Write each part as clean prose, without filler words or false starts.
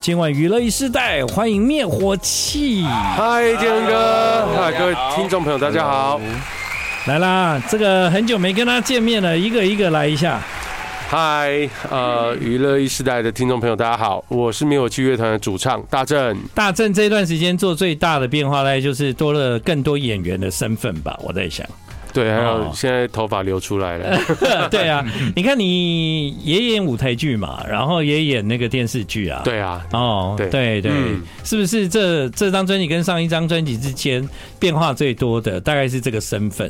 今晚娱乐一世代，欢迎灭火器。 嗨，建恩哥，嗨，各位听众朋友，大家好。 来啦，这个很久没跟他见面了，一个一个来一下。 嗨，娱乐一世代的听众朋友，大家好，我是灭火器乐团的主唱大正。 大正这段时间做最大的变化，大概就是多了更多演员的身份吧，我在想。 对，还有现在头发流出来了。 对啊，你看你也演舞台剧嘛，然后也演那个电视剧啊。 对啊， 对，是不是这张专辑跟上一张专辑之间变化最多的，大概是这个身份？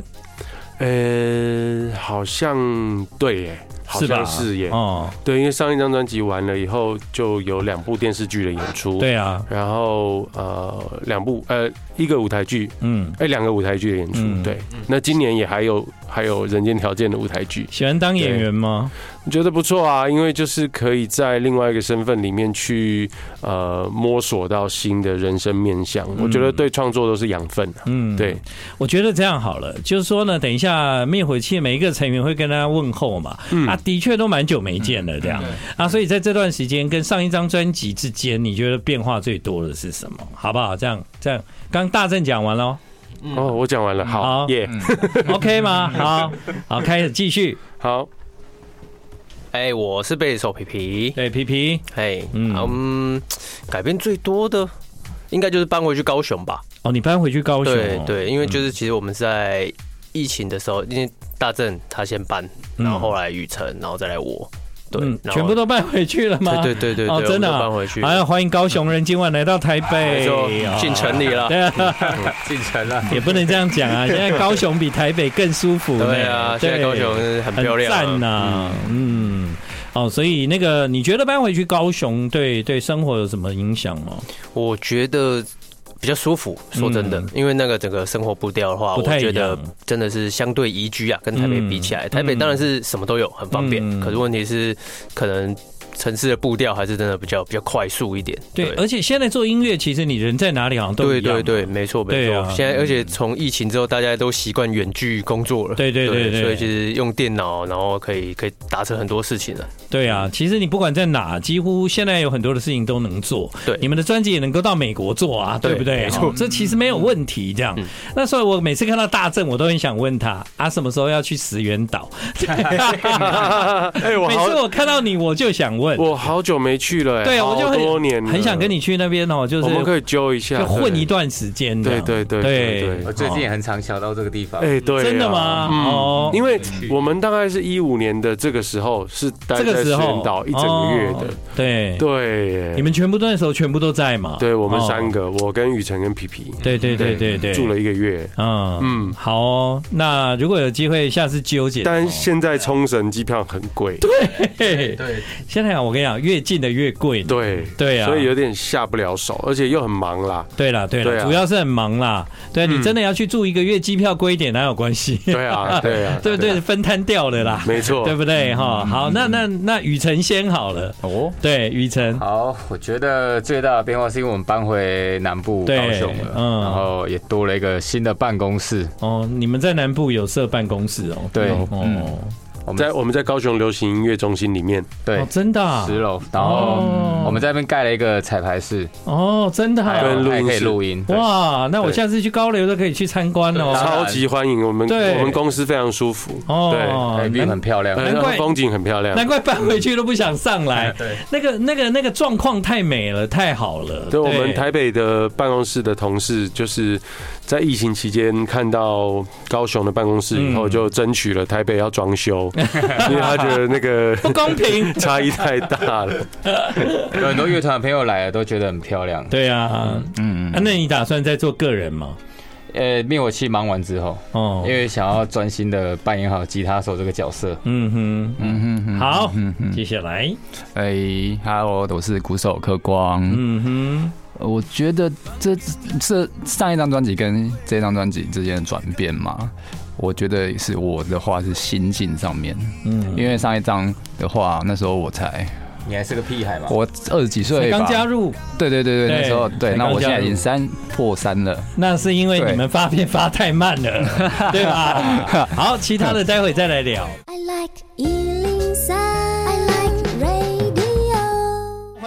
好像对耶。好像是耶，对，因为上一张专辑完了以后，就有2部电视剧的演出， 对啊， 然后一个舞台剧，2个舞台剧的演出，对，那今年也还有人间条件的舞台剧。 喜欢当演员吗？ 我觉得不错啊，因为就是可以在另外一个身份里面去摸索到新的人生面向，我觉得对创作都是养分。对， 我觉得这样好了，就是说呢，等一下灭火器每一个成员会跟大家问候嘛，的确都蛮久没见了，这样啊，所以在这段时间跟上一张专辑之间，你觉得变化最多的是什么？好不好？这样，刚大正讲完了。 我讲完了，好耶 ，OK 吗？好，开始继续。 好。 我是贝斯手皮皮， 对，皮皮， 改变最多的应该就是搬回去高雄吧。 你搬回去高雄？ 对，因为就是其实我们是在疫情的时候，因为大正他先搬，然后后来雨辰，然后再来我。对， 全部都搬回去了吗？ 对， 真的搬回去。 好，欢迎高雄人今晚来到台北， 进城里了。 对啊， 进城了， 也不能这样讲啊。现在高雄比台北更舒服。 对啊，现在高雄很漂亮， 很赞呐。所以那个你觉得搬回去高雄对生活有什么影响吗？ 我觉得比较舒服，说真的，因为那个整个生活步调的话，我觉得真的是相对宜居啊，跟台北比起来，台北当然是什么都有，很方便，可是问题是可能城市的步调还是真的比较快速一点。 对，而且现在做音乐，其实你人在哪里好像都一样。 对，没错。现在而且从疫情之后，大家都习惯远距工作了。对，所以其实用电脑，然后可以达成很多事情了。 对啊，其实你不管在哪，几乎现在有很多的事情都能做。对，你们的专辑也能够到美国做啊，对不对？没错，这其实没有问题。这样，那所以我每次看到大正，我都很想问他什么时候要去石原岛？每次我看到你，我就想问。 我好久没去了， 对，我就多年很想跟你去那边就是我们可以揪一下， 就混一段时间的。 对， 我最近也很常想到这个地方。 对， 真的吗？ 因为我们大概是15年的这个时候是待在石原岛1整个月的。对， 你们那时候全部都在嘛？ 对，我们3个，我跟雨辰跟皮皮。对，住了1个月。 好哦，那如果有机会，下次纠结。 但现在冲绳机票很贵。 对，现在我跟你讲，越近的越贵。对啊， 所以有点下不了手，而且又很忙啦。对啦， 主要是很忙啦。对，你真的要去住1个月，机票贵一点哪有关系？ 对啊， 对不对？分摊掉的啦， 没错， 对不对？好，那雨辰先好了。对，雨辰。 好，我觉得最大的变化是因为我们搬回南部高雄了，然后也多了一个新的办公室。 你们在南部有设办公室哦？ 对， 我们在高雄流行音乐中心里面， 对， 真的 10楼，然后我们在那边盖了一个彩排室， 真的， 还可以录音。 哇，那我下次去高流都可以去参观哦， 超级欢迎。我们公司非常舒服， 对，很漂亮， 难怪风景很漂亮， 难怪搬回去都不想上来。那个状况太美了，太好了。 对，我们台北的办公室的同事就是在疫情期间看到高雄的办公室以后，就争取了台北要装修。因为他觉得那个不公平， 差异太大了。 有很多乐团的朋友来了，都觉得很漂亮。 对啊，那你打算再做个人吗？ 灭火器忙完之后，因为想要专心的扮演好吉他手这个角色。 好，接下来 ，Hello， 我是鼓手柯光。我觉得这上一张专辑跟这张专辑之间的转变嘛，我觉得是我的话是心境上面，因为上一张的话，那时候你还是个屁孩嘛， 我20几岁吧， 刚加入， 对，那时候对，那我现在已经破3了， 那是因为你们发片发太慢了，对吧？好，其他的待会再来聊。I like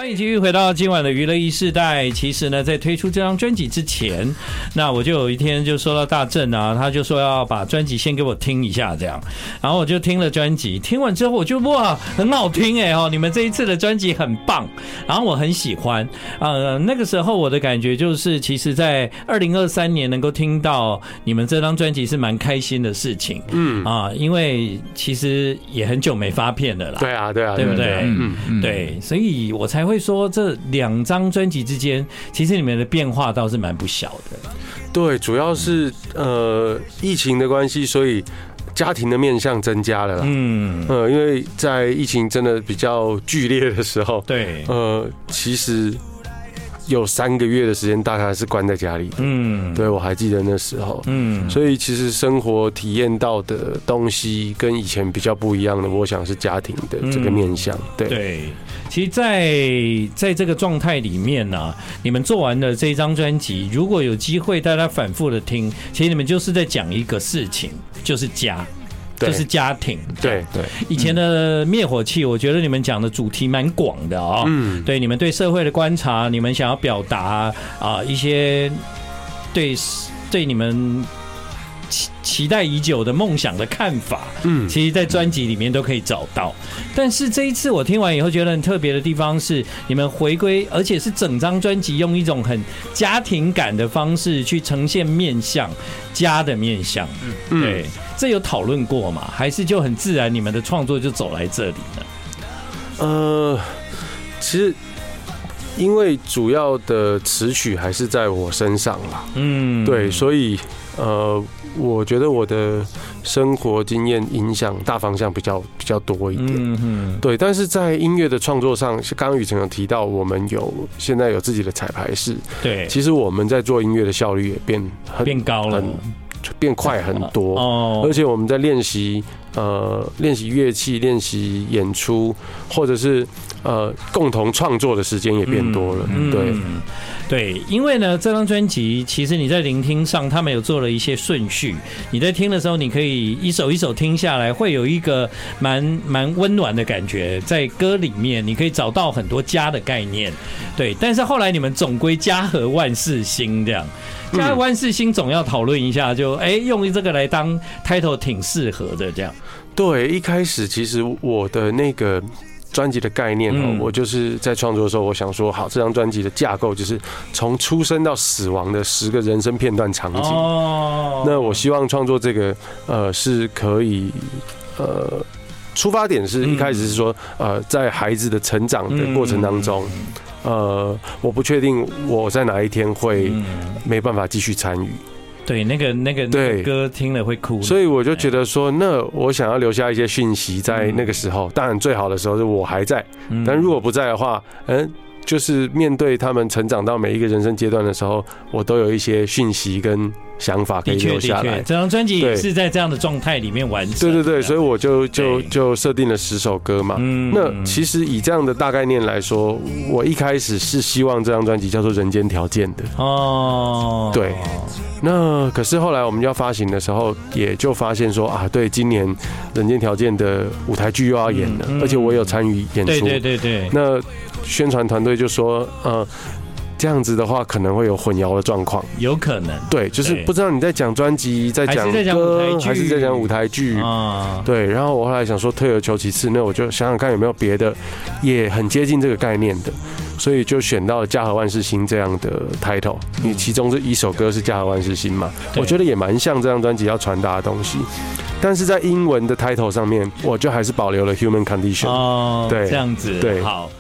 欢迎继续回到今晚的娱乐E世代。其实呢，在推出这张专辑之前，那我就有一天就收到大正啊，他就说要把专辑先给我听一下，这样，然后我就听了专辑，听完之后我就哇，很好听哎哦，你们这一次的专辑很棒，然后我很喜欢。那个时候我的感觉就是，其实，在2023年能够听到你们这张专辑是蛮开心的事情，因为其实也很久没发片了啦， 对啊， 对不对？对，所以我才会说这2张专辑之间，其实你们的变化倒是蛮不小的。 对，主要是疫情的关系，所以家庭的面向增加了啦。因为在疫情真的比较剧烈的时候， 对， 其实有3个月的时间，大概是关在家里的。对，我还记得那时候。所以其实生活体验到的东西跟以前比较不一样的，我想是家庭的这个面向。对， 其实在这个状态里面呢，你们做完了这一张专辑，如果有机会大家反复的听，其实你们就是在讲一个事情，就是家。就是家庭， 对。 以前的灭火器，我觉得你们讲的主题蛮广的哦。对，你们对社会的观察，你们想要表达一些对你们期待已久的梦想的看法，其实在专辑里面都可以找到。但是这一次我听完以后觉得很特别的地方是，你们回归，而且是整张专辑用一种很家庭感的方式去呈现面向家的面向。对，这有讨论过吗？还是就很自然，你们的创作就走来这里呢？ 其实因为主要的词曲还是在我身上啦。对，所以我觉得我的生活经验影响大方向比较多一点。对，但是在音乐的创作上，刚刚宇成有提到，我们现在有自己的彩排室。对，其实我们在做音乐的效率也变高了，变快很多。而且我们在练习乐器、练习演出，或者是共同创作的时间也变多了。 对，因为呢，这张专辑其实你在聆听上，他们有做了一些顺序。你在听的时候，你可以一首一首听下来，会有一个蛮温暖的感觉。在歌里面，你可以找到很多家的概念。对，但是后来你们总归家和万事兴这样。家和万事兴总要讨论一下，就用这个来当 title 挺适合的这样。 对，一开始其实我的那个专辑的概念我就是在创作的时候，我想说，好，这张专辑的架构就是从出生到死亡的10个人生片段场景。那我希望创作这个是可以出发点是一开始是说在孩子的成长的过程当中。我不确定我在哪一天会没办法继续参与。 对，那个歌听了会哭， 所以我就觉得说，那我想要留下一些讯息在那个时候。当然，最好的时候是我还在，但如果不在的话，就是面对他们成长到每一个人生阶段的时候，我都有一些讯息跟想法可以留下来。 这张专辑也是在这样的状态里面完成。 对，所以我就设定了10首歌嘛。那其实以这样的大概念来说，我一开始是希望这张专辑叫做《人间条件》的。对。那可是后来我们要发行的时候，也就发现说对，今年《人间条件》的舞台剧又要演了，而且我有参与演出。 对。 那宣传团队就说，这样子的话可能会有混淆的状况， 有可能。 对，就是不知道你在讲专辑、在讲歌，还是在讲舞台剧。对，然后我后来想说，退而求其次，那我就想想看有没有别的也很接近这个概念的，所以就选到了家和万事兴这样的 title。因为其中这一首歌是家和万事兴嘛，我觉得也蛮像这张专辑要传达的东西。但是在英文的 title 上面，我就还是保留了 Human Condition。对， 这样子。对，好。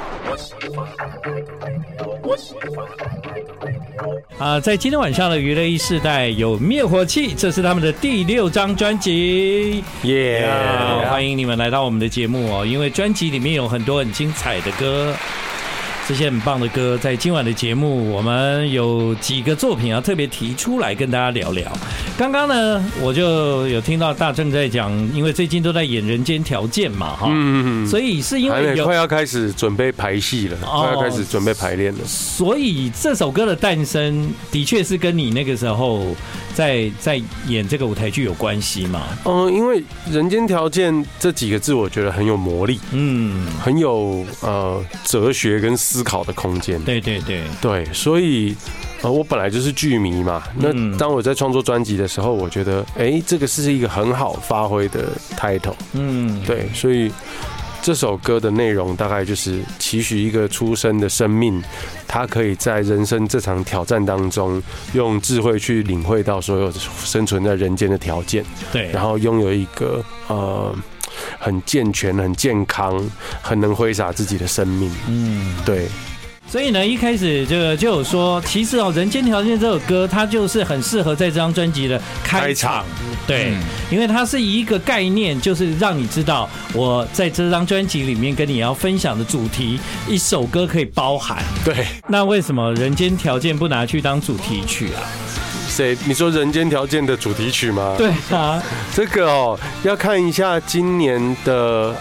在今天晚上的娱乐E世代有灭火器，这是他们的第6张专辑。欢迎你们来到我们的节目哦，因为专辑里面有很多很精彩的歌。 这些很棒的歌，在今晚的节目，我们有几个作品要特别提出来跟大家聊聊。刚刚呢，我就有听到大正在讲，因为最近都在演《人间条件》嘛，哈，所以是因为快要开始准备排戏了，快要开始准备排练了。 所以这首歌的诞生，的确是跟你那个时候在演这个舞台剧有关系嘛？ 因为《人间条件》这几个字，我觉得很有魔力，很有哲学跟思考的空间。对，所以我本来就是剧迷嘛。那当我在创作专辑的时候，我觉得这个是一个很好发挥的 title。对，所以这首歌的内容大概就是期许一个出生的生命，他可以在人生这场挑战当中，用智慧去领会到所有生存在人间的条件，对，然后拥有一个很健全、很健康、很能挥洒自己的生命。对。 所以呢，一开始就有说，其实《人间条件》这首歌，它就是很适合在这张专辑的开场。对，因为它是一个概念，就是让你知道我在这张专辑里面跟你要分享的主题，一首歌可以包含。 对， 那为什么《人间条件》不拿去当主题曲啊？ 你说《人间条件》的主题曲吗？ 对啊， 这个要看一下今年的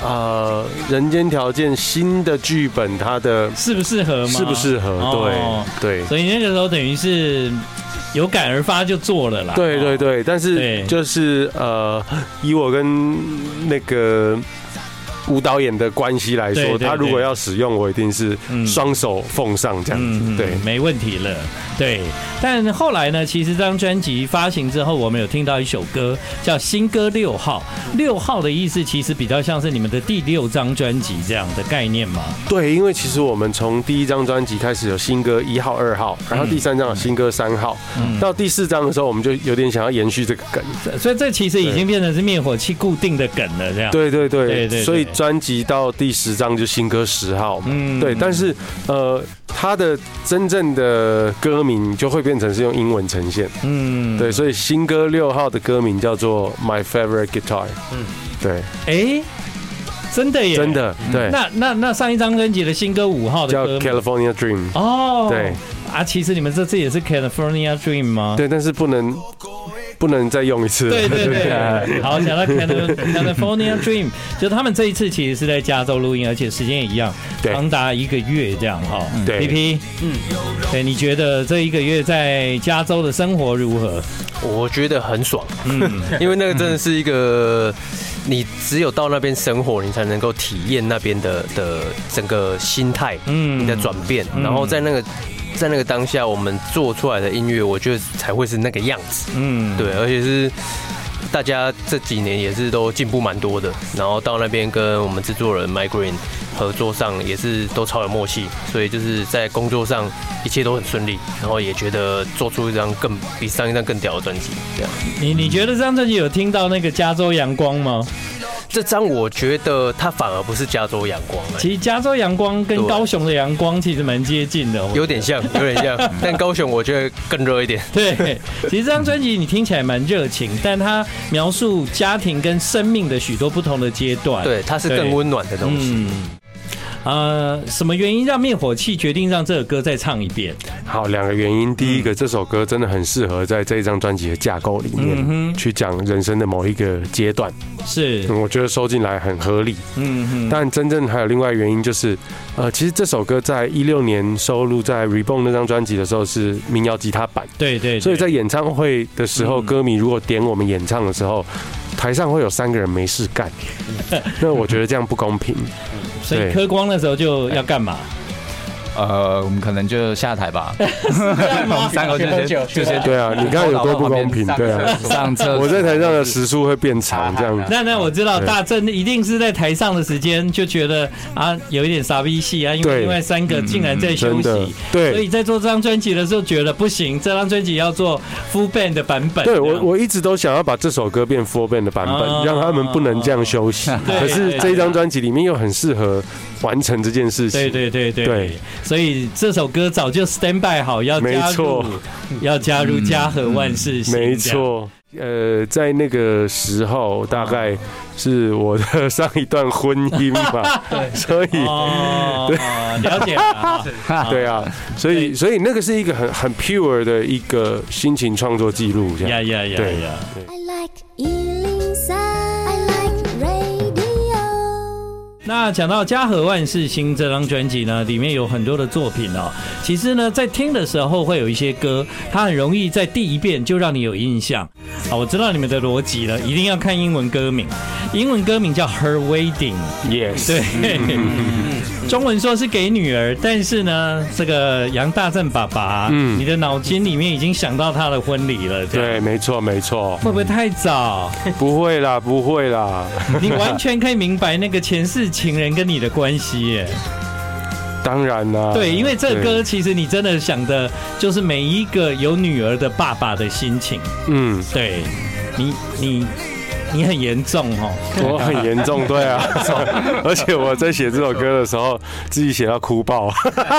《人间条件》新的剧本，它的适不适合吗？适不适合？对。 所以那个时候等于是有感而发就做了啦。 对，但是就是以我跟那个吴导演的关系来说，他如果要使用，我一定是双手奉上这样子，对， 没问题了。对，但后来呢，其实这张专辑发行之后，我们有听到一首歌叫《新歌6号》，6号的意思其实比较像是你们的第6张专辑这样的概念嘛。 对，因为其实我们从第1张专辑开始有新歌1号、2号，然后第3张有新歌3号，到第4张的时候，我们就有点想要延续这个梗， 所以这其实已经变成是灭火器固定的梗了，这样。 对，所以专辑到第10张就新歌10号嘛，对，但是它的真正的歌名就会变成是用英文呈现，对，所以新歌6号的歌名叫做 My Favorite Guitar，对， 真的耶， 真的，对。 那上一张专辑的新歌5号的歌叫 California Dream， 对啊，其实你们这次也是 California Dream 吗？ 对，但是不能再用一次。 对，好，讲到 California Dream， 就他们这一次其实是在加州录音，而且时间也一样，长达1个月这样哈。 对 ，PP， 对，你觉得这1个月在加州的生活如何？ 我觉得很爽，因为那个真的是一个，你只有到那边生活，你才能够体验那边的整个心态，你的转变，然后在那个当下，我们做出来的音乐，我觉得才会是那个样子。对，而且是大家这几年也是都进步蛮多的，然后到那边跟我们制作人 Migraine 合作上也是都超有默契，所以就是在工作上一切都很顺利，然后也觉得做出一张比上一张更屌的专辑。这样， 你觉得这张专辑有听到那个加州阳光吗？ 这张我觉得它反而不是加州阳光， 其实加州阳光跟高雄的阳光其实蛮接近的， 有点像，但高雄我觉得更热一点。 对，其实这张专辑你听起来蛮热情，但它描述家庭跟生命的许多不同的阶段， 对，它是更温暖的东西。 什么原因让灭火器决定让这首歌再唱一遍？ 好，2个原因。第一个，这首歌真的很适合在这一张专辑的架构里面去讲人生的某一个阶段， 是， 我觉得收进来很合理。但真正还有另外原因就是，其实这首歌在2016年收录在 Reborn 那张专辑的时候是民谣吉他版， 对， 所以在演唱会的时候，歌迷如果点我们演唱的时候，台上会有3个人没事干，那我觉得这样不公平。 所以柯光那时候就要干嘛？ 我们可能就下台吧。我们3个就先对啊，你看有多不公平，对啊。 上厕所， 我在台上的时数会变长，这样。 那我知道大正一定是在台上的时间就觉得有一点傻逼戏啊，因为另外3个竟然在休息，对，所以在做这张专辑的时候觉得不行，这张专辑要做 full band 的版本。 对，我一直都想要把这首歌变 full band 的版本，让他们不能这样休息。可是这一张专辑里面又很适合完成这件事情。 对，所以这首歌早就 stand by 好，要加入嘉禾万事兴。 没错。 在那个时候大概是我的上一段婚姻嘛，所以了解了， 对啊，所以那个是一个很 pure 的一个心情创作记录，这样，对。 那讲到家和万事兴这张专辑呢，里面有很多的作品哦。其实呢，在听的时候会有一些歌，它很容易在第一遍就让你有印象。好，我知道你们的逻辑了，一定要看英文歌名。英文歌名叫 Her Wedding。Yes。对。中文说是给女儿，但是呢，这个杨大正爸爸，你的脑筋里面已经想到他的婚礼了。 对，没错。会不会太早？ 不会啦。 你完全可以明白那个前世情人跟你的关系耶。 当然啦。对， 因为这歌其实你真的想的就是每一个有女儿的爸爸的心情。对，你很严重哦。 我很严重，对啊。而且我在写这首歌的时候，自己写到哭爆。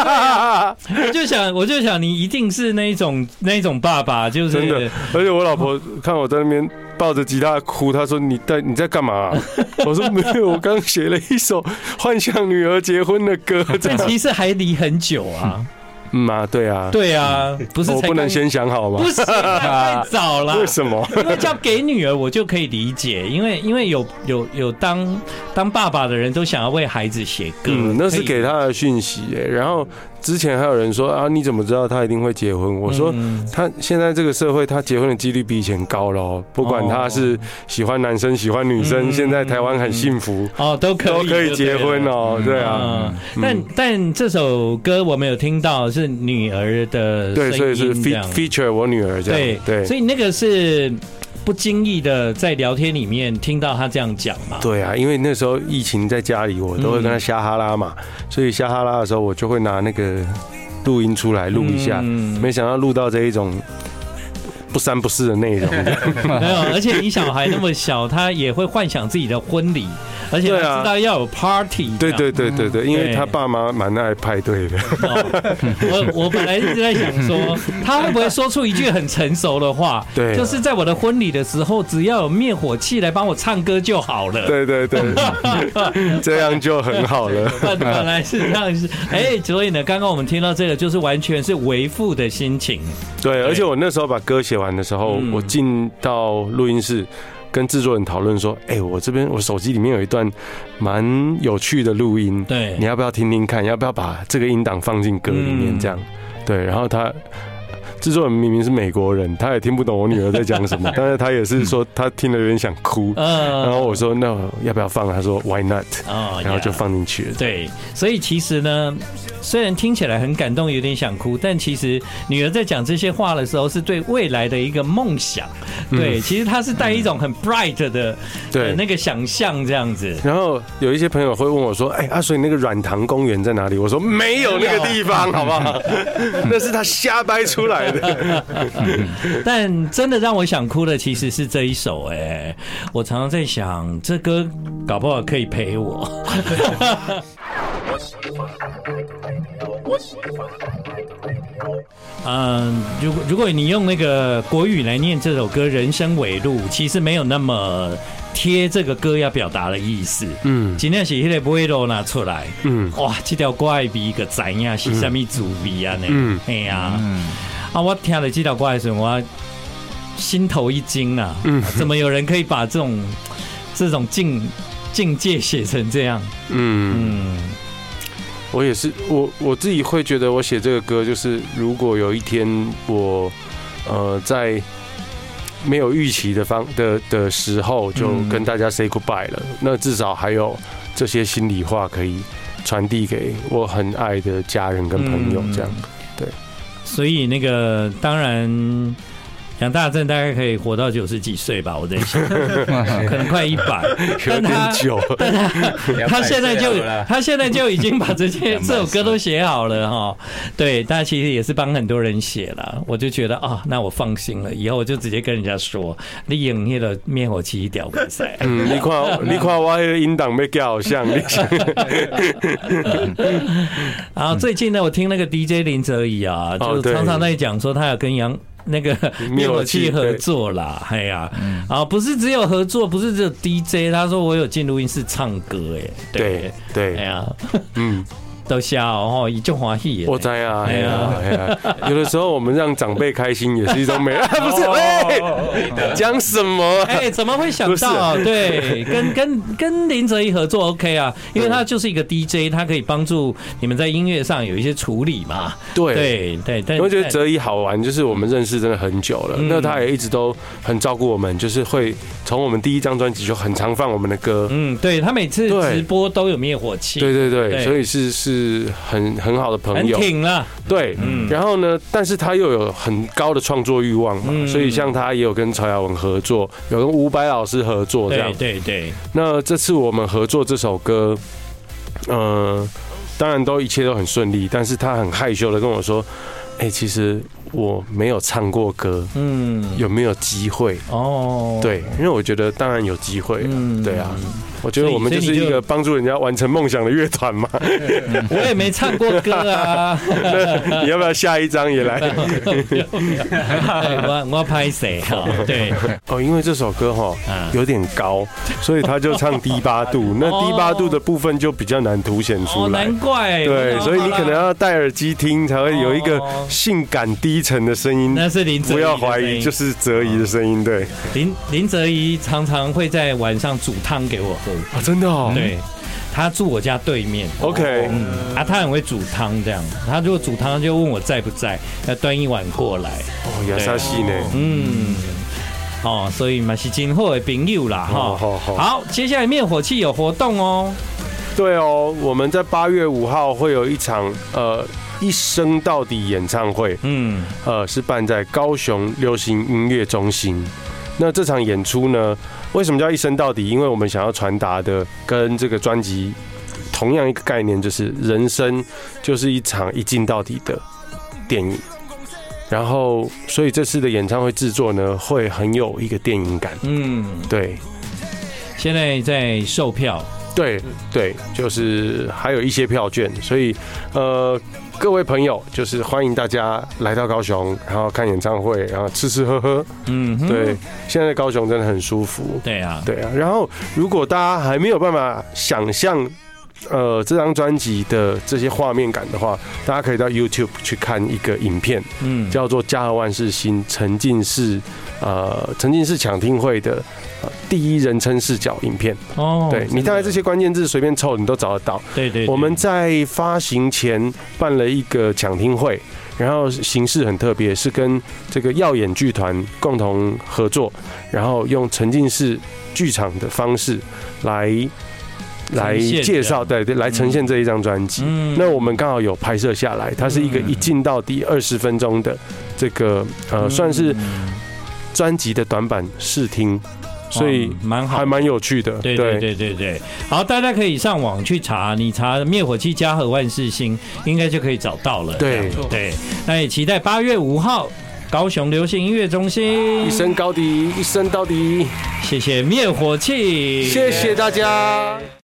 我就想，你一定是那一种爸爸，就是真的。而且我老婆看我在那边抱着吉他哭，她说你在干嘛我说没有，我刚写了一首幻想女儿结婚的歌。 但其实还离很久啊。 对啊， 不是我不能先想好吗？ 不行，太早了。 为什么？ 因为叫给女儿，我就可以理解，因为有当爸爸的人都想要为孩子写歌， 那是给他的讯息耶。然后之前还有人说啊，你怎么知道他一定会结婚？我说他现在这个社会，他结婚的几率比以前高了哦。不管他是喜欢男生喜欢女生，现在台湾很幸福哦，都可以结婚哦。对啊， 但这首歌我们有听到是女儿的声音， 对，所以是 feature 我女儿这样。 对，所以那个是不经意的在聊天里面听到他这样讲嘛。 对啊，因为那时候疫情在家里，我都会跟他瞎哈拉嘛，所以瞎哈拉的时候，我就会拿那个录音出来录一下，没想到录到这一种不三不四的内容。 没有，而且你小孩那么小，他也会幻想自己的婚礼，而且他知道要有 party。 对，因为他爸妈蛮爱派对的。 我本来一直在想说，他会不会说出一句很成熟的话？对，就是在我的婚礼的时候，只要有灭火器来帮我唱歌就好了。 对，这样就很好了。 本来是这样子，所以呢，刚刚我们听到这个，就是完全是为父的心情。 对，而且我那时候把歌写完的时候，我进到录音室跟制作人讨论说，我手机里面有一段蛮有趣的录音，对，你要不要听听看？要不要把这个音档放进歌里面？这样，对，然后制作人明明是美国人，他也听不懂我女儿在讲什么，但是他也是说他听了有点想哭，然后我说那要不要放？他说 Why not？然后就放进去了。 对，所以其实呢，虽然听起来很感动，有点想哭，但其实女儿在讲这些话的时候，是对未来的一个梦想。对，其实她是带一种很 bright 的那个想象这样子。 然后有一些朋友会问我说：“所以那个软糖公园在哪里？”我说：“没有那个地方，好不好？那是他瞎掰出来的。” 但真的让我想哭的其实是这一首。我常常在想，这歌搞不好可以陪我。如果你用那个国语来念这首歌《人生尾路》，其实没有那么贴这个歌要表达的意思。今天是那个尾路拿出来，哇，这条歌的味个怎样是什么滋味啊？我听了这条歌的时候，我心头一惊啊！怎么有人可以把这种境界写成这样？ 我也是，我自己会觉得，我写这个歌就是，如果有一天我在没有预期的时候，就跟大家 say goodbye 了，那至少还有这些心里话可以传递给我很爱的家人跟朋友，这样对。 所以那个当然。杨大正大概可以活到90几岁吧，我在想，可能快100，但他现在就已经把这首歌都写好了哈。对，但其实也是帮很多人写了，我就觉得那我放心了，以后我就直接跟人家说，你用那个灭火器调比赛。 你看我那个音档被叫好像。 然后最近呢，我听那个 DJ 林哲仪啊，就常常在讲说他要跟那个灭火器合作啦，哎呀，不是只有合作，不是只有 DJ， 他说我有进录音室唱歌， 对， 哎呀，都笑哦，一就欢喜。 我知啊，哎呀，有的时候我们让长辈开心也是一种美，不是？讲什么？ 怎么会想到？对，跟林哲一合作 OK 啊，因为他就是一个 DJ， 他可以帮助你们在音乐上有一些处理嘛。对， 我觉得哲一好玩，就是我们认识真的很久了，那他也一直都很照顾我们，就是会从我们第一张专辑就很常放我们的歌。 对他每次直播都有灭火器。 对，所以是很好的朋友， 很挺了。 对，然后呢，但是他又有很高的创作欲望嘛，所以像他也有跟曹雅文合作，有跟伍佰老师合作这样。 对。 那这次我们合作这首歌，当然一切都很顺利，但是他很害羞的跟我说，其实我没有唱过歌，有没有机会？对，因为我觉得当然有机会，对啊。我觉得我们就是一个帮助人家完成梦想的乐团嘛。 我也没唱过歌啊。 你要不要下一张也来？ 我要拍谁哈？对。 因为这首歌有点高，所以他就唱低八度。那低八度的部分就比较难凸显出来。 难怪。 对，所以你可能要戴耳机听，才会有一个性感低沉的声音。 那是林哲仪。 不要怀疑，就是哲仪的声音。对。 林哲仪常常会在晚上煮汤给我喝。 真的哦， 对，他住我家对面。 OK， 他很会煮汤，这样。他如果煮汤，就问我在不在，要端一碗过来。 亚莎西呢？ 所以嘛是真好的朋友啦，哈。好，接下来灭火器有活动哦。 对哦，我们在8月5号会有一场一生到底演唱会，是办在高雄流行音乐中心。那这场演出呢，为什么叫一生到底？因为我们想要传达的跟这个专辑同样一个概念，就是人生就是一场一镜到底的电影。然后，所以这次的演唱会制作呢，会很有一个电影感。对。 现在在售票。 对，就是还有一些票券，所以各位朋友，就是欢迎大家来到高雄，然后看演唱会，然后吃喝喝。对，现在高雄真的很舒服。 对啊。 然后，如果大家还没有办法想象这张专辑的这些画面感的话，大家可以到 YouTube 去看一个影片，叫做《家和万事兴》沉浸式抢听会的第一人称视角影片。对，你大概这些关键字随便凑，你都找得到。对。我们在发行前办了一个抢听会，然后形式很特别，是跟这个耀眼剧团共同合作，然后用沉浸式剧场的方式来介绍，对，来呈现这一张专辑。那我们刚好有拍摄下来，它是一个一镜到底20分钟的这个算是专辑的短版试听，所以还蛮有趣的。 对。好，大家可以上网去查，你查灭火器家和万事兴，应该就可以找到了。对。那也期待8月5号。高雄流行音乐中心， 一生到底，一生到底。 谢谢灭火器， 谢谢大家。